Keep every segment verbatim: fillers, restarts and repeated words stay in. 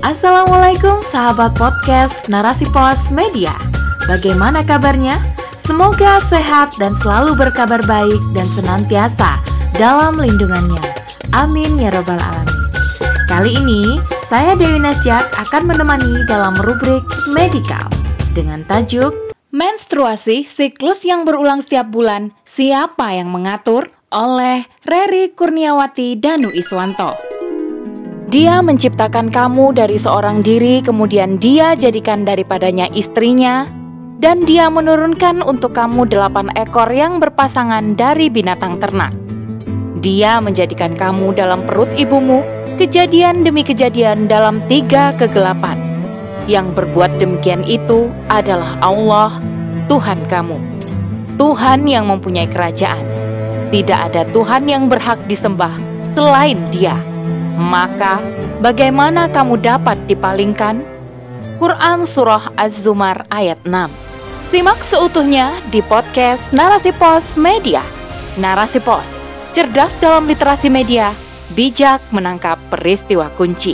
Assalamualaikum sahabat podcast Narasi Pos Media. Bagaimana kabarnya? Semoga sehat dan selalu berkabar baik dan senantiasa dalam lindungannya. Amin ya robbal alamin. Kali ini saya Dewi Nasjak akan menemani dalam rubrik Medikal dengan tajuk Menstruasi Siklus yang Berulang Setiap Bulan, Siapa yang Mengatur? Oleh Rery Kurniawati Danu Iswanto. Dia menciptakan kamu dari seorang diri, kemudian dia jadikan daripadanya istrinya, dan dia menurunkan untuk kamu delapan ekor yang berpasangan dari binatang ternak. Dia menjadikan kamu dalam perut ibumu, kejadian demi kejadian dalam tiga kegelapan. Yang berbuat demikian itu adalah Allah, Tuhan kamu. Tuhan yang mempunyai kerajaan. Tidak ada Tuhan yang berhak disembah selain Dia. Maka, bagaimana kamu dapat dipalingkan? Quran Surah Az-Zumar ayat enam. Simak seutuhnya di podcast Narasi Pos Media. Narasi Pos, cerdas dalam literasi media, bijak menangkap peristiwa kunci.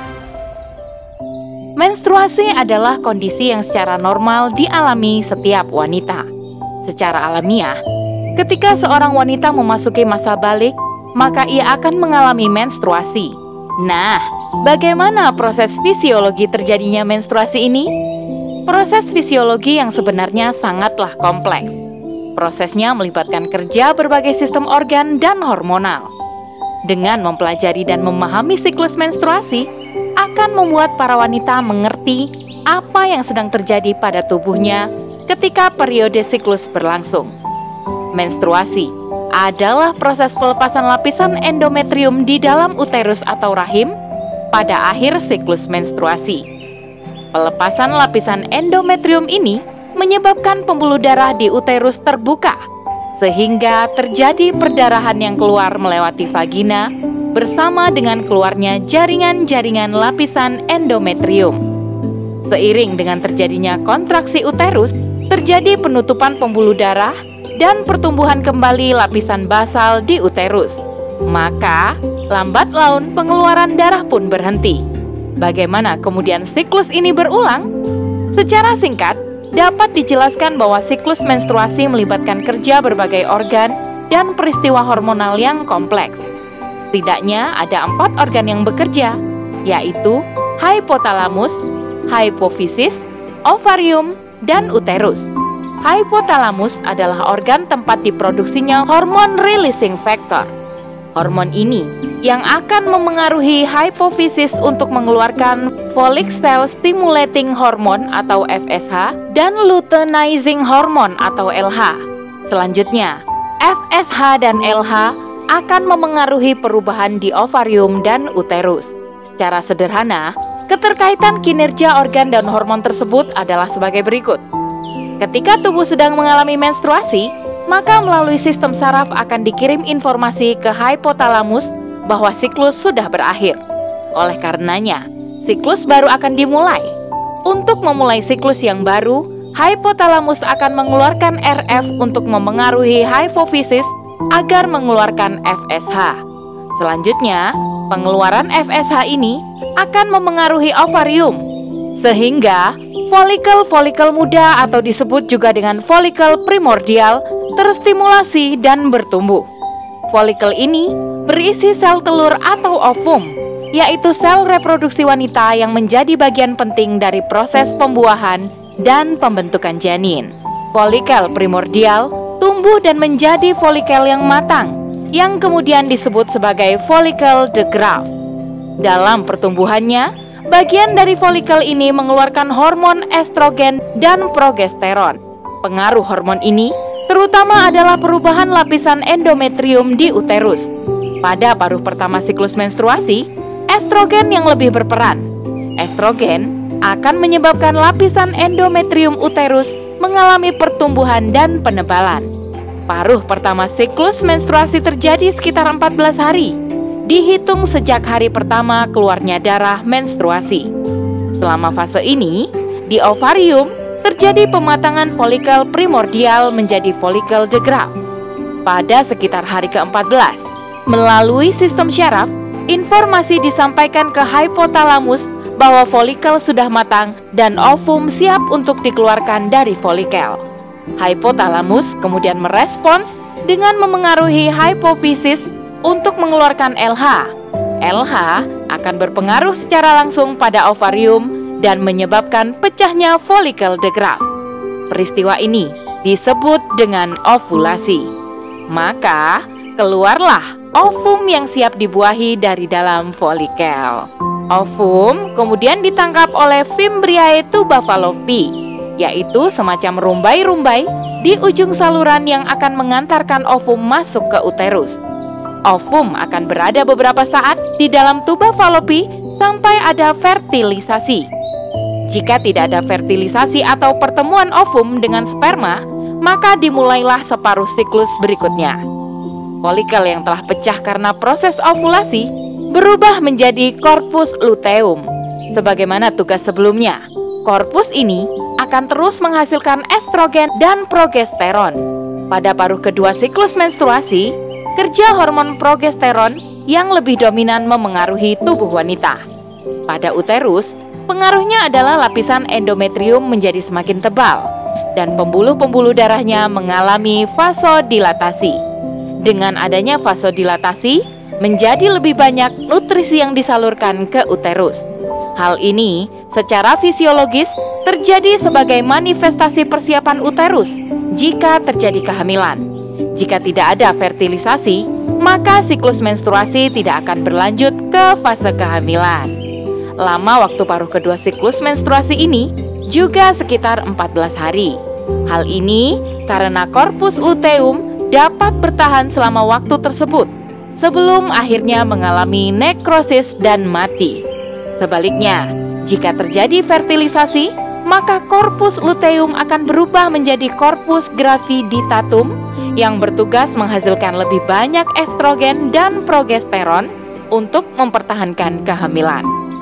Menstruasi adalah kondisi yang secara normal dialami setiap wanita. Secara alamiah, ketika seorang wanita memasuki masa balik, maka ia akan mengalami menstruasi. Nah, bagaimana proses fisiologi terjadinya menstruasi ini? Proses fisiologi yang sebenarnya sangatlah kompleks. Prosesnya melibatkan kerja berbagai sistem organ dan hormonal. Dengan mempelajari dan memahami siklus menstruasi, akan membuat para wanita mengerti apa yang sedang terjadi pada tubuhnya ketika periode siklus berlangsung. Menstruasi adalah proses pelepasan lapisan endometrium di dalam uterus atau rahim pada akhir siklus menstruasi. Pelepasan lapisan endometrium ini menyebabkan pembuluh darah di uterus terbuka, sehingga terjadi perdarahan yang keluar melewati vagina bersama dengan keluarnya jaringan-jaringan lapisan endometrium. Seiring dengan terjadinya kontraksi uterus, terjadi penutupan pembuluh darah dan pertumbuhan kembali lapisan basal di uterus. Maka, lambat laun pengeluaran darah pun berhenti. Bagaimana kemudian siklus ini berulang? Secara singkat, dapat dijelaskan bahwa siklus menstruasi melibatkan kerja berbagai organ dan peristiwa hormonal yang kompleks. Setidaknya ada empat organ yang bekerja, yaitu hipotalamus, hipofisis, ovarium, dan uterus. Hipotalamus adalah organ tempat diproduksinya hormon releasing factor. Hormon ini yang akan memengaruhi hipofisis untuk mengeluarkan folic cell stimulating hormone atau F S H dan luteinizing hormone atau L H. Selanjutnya, F S H dan L H akan memengaruhi perubahan di ovarium dan uterus. Secara sederhana, keterkaitan kinerja organ dan hormon tersebut adalah sebagai berikut. Ketika tubuh sedang mengalami menstruasi, maka melalui sistem saraf akan dikirim informasi ke hipotalamus bahwa siklus sudah berakhir. Oleh karenanya, siklus baru akan dimulai. Untuk memulai siklus yang baru, hipotalamus akan mengeluarkan R F untuk memengaruhi hipofisis agar mengeluarkan F S H. Selanjutnya, pengeluaran F S H ini akan memengaruhi ovarium, sehingga folikel-folikel muda atau disebut juga dengan folikel primordial terstimulasi dan bertumbuh. Folikel ini berisi sel telur atau ovum, yaitu sel reproduksi wanita yang menjadi bagian penting dari proses pembuahan dan pembentukan janin. Folikel primordial tumbuh dan menjadi folikel yang matang, yang kemudian disebut sebagai folikel de Graaff. Dalam pertumbuhannya, bagian dari folikel ini mengeluarkan hormon estrogen dan progesteron. Pengaruh hormon ini terutama adalah perubahan lapisan endometrium di uterus. Pada paruh pertama siklus menstruasi, estrogen yang lebih berperan. Estrogen akan menyebabkan lapisan endometrium uterus mengalami pertumbuhan dan penebalan. Paruh pertama siklus menstruasi terjadi sekitar empat belas hari. Dihitung sejak hari pertama keluarnya darah menstruasi. Selama fase ini, di ovarium terjadi pematangan folikel primordial menjadi folikel de Graaff. Pada sekitar hari keempat belas, melalui sistem syaraf, informasi disampaikan ke hipotalamus bahwa folikel sudah matang dan ovum siap untuk dikeluarkan dari folikel. Hipotalamus kemudian merespons dengan memengaruhi hipofisis untuk mengeluarkan L H. L H akan berpengaruh secara langsung pada ovarium dan menyebabkan pecahnya folikel de Graaff. Peristiwa ini disebut dengan ovulasi. Maka keluarlah ovum yang siap dibuahi dari dalam folikel. Ovum kemudian ditangkap oleh Fimbriae tuba Fallopi, yaitu semacam rumbai-rumbai di ujung saluran yang akan mengantarkan ovum masuk ke uterus. Ovum akan berada beberapa saat di dalam tuba Fallopi sampai ada fertilisasi. Jika tidak ada fertilisasi atau pertemuan ovum dengan sperma, maka dimulailah separuh siklus berikutnya. Folikel yang telah pecah karena proses ovulasi berubah menjadi corpus luteum. Sebagaimana tugas sebelumnya, korpus ini akan terus menghasilkan estrogen dan progesteron. Pada paruh kedua siklus menstruasi, kerja hormon progesteron yang lebih dominan memengaruhi tubuh wanita. Pada uterus, pengaruhnya adalah lapisan endometrium menjadi semakin tebal dan pembuluh-pembuluh darahnya mengalami vasodilatasi. Dengan adanya vasodilatasi, menjadi lebih banyak nutrisi yang disalurkan ke uterus. Hal ini secara fisiologis terjadi sebagai manifestasi persiapan uterus jika terjadi kehamilan. Jika tidak ada fertilisasi, maka siklus menstruasi tidak akan berlanjut ke fase kehamilan. Lama waktu paruh kedua siklus menstruasi ini juga sekitar empat belas hari. Hal ini karena korpus luteum dapat bertahan selama waktu tersebut sebelum akhirnya mengalami nekrosis dan mati. Sebaliknya, jika terjadi fertilisasi, maka korpus luteum akan berubah menjadi korpus gravidatum yang bertugas menghasilkan lebih banyak estrogen dan progesteron untuk mempertahankan kehamilan.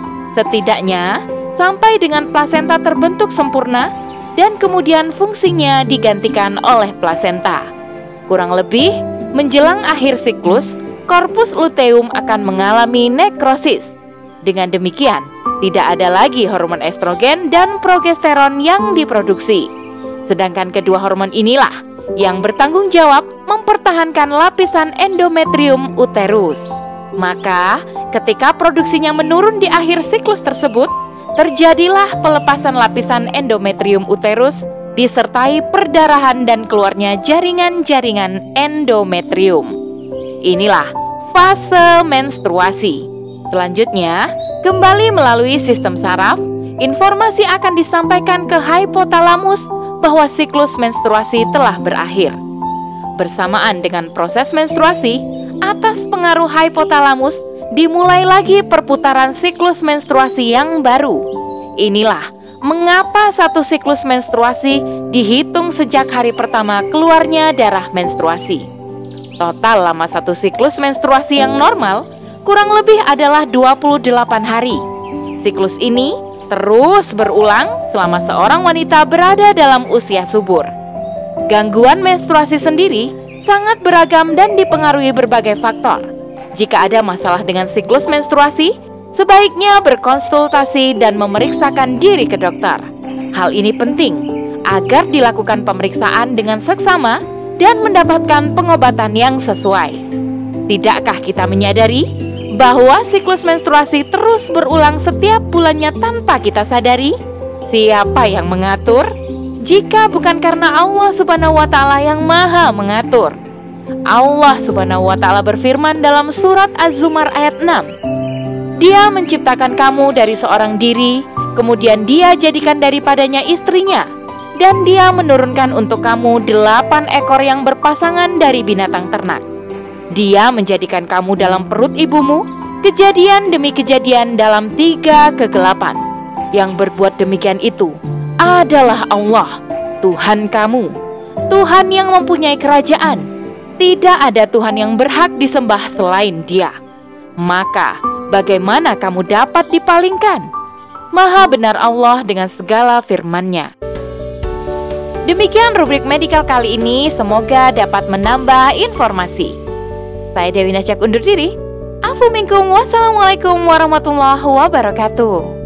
Setidaknya sampai dengan plasenta terbentuk sempurna dan kemudian fungsinya digantikan oleh plasenta. Kurang lebih menjelang akhir siklus, korpus luteum akan mengalami nekrosis. Dengan demikian, tidak ada lagi hormon estrogen dan progesteron yang diproduksi. Sedangkan kedua hormon inilah yang bertanggung jawab mempertahankan lapisan endometrium uterus. Maka, ketika produksinya menurun di akhir siklus tersebut, terjadilah pelepasan lapisan endometrium uterus disertai perdarahan dan keluarnya jaringan-jaringan endometrium. Inilah fase menstruasi. Selanjutnya, kembali melalui sistem saraf, informasi akan disampaikan ke hipotalamus bahwa siklus menstruasi telah berakhir. Bersamaan dengan proses menstruasi, atas pengaruh hipotalamus, dimulai lagi perputaran siklus menstruasi yang baru. Inilah mengapa satu siklus menstruasi dihitung sejak hari pertama keluarnya darah menstruasi. Total lama satu siklus menstruasi yang normal kurang lebih adalah dua puluh delapan hari. Siklus ini terus berulang selama seorang wanita berada dalam usia subur. Gangguan menstruasi sendiri sangat beragam dan dipengaruhi berbagai faktor. Jika ada masalah dengan siklus menstruasi, sebaiknya berkonsultasi dan memeriksakan diri ke dokter. Hal ini penting agar dilakukan pemeriksaan dengan seksama dan mendapatkan pengobatan yang sesuai. Tidakkah kita menyadari bahwa siklus menstruasi terus berulang setiap bulannya tanpa kita sadari? Siapa yang mengatur? Jika bukan karena Allah Subhanahu wa Ta'ala yang Maha mengatur. Allah Subhanahu wa Ta'ala berfirman dalam surat Az-Zumar ayat enam. Dia menciptakan kamu dari seorang diri, kemudian Dia jadikan daripadanya istrinya, dan Dia menurunkan untuk kamu delapan ekor yang berpasangan dari binatang ternak. Dia menjadikan kamu dalam perut ibumu, kejadian demi kejadian dalam tiga kegelapan. Yang berbuat demikian itu adalah Allah, Tuhan kamu, Tuhan yang mempunyai kerajaan. Tidak ada Tuhan yang berhak disembah selain Dia. Maka bagaimana kamu dapat dipalingkan? Maha benar Allah dengan segala firman-Nya. Demikian rubrik medikal kali ini, semoga dapat menambah informasi. Saya Dewi Nasjak undur diri. Afu minkum, wassalamualaikum warahmatullahi wabarakatuh.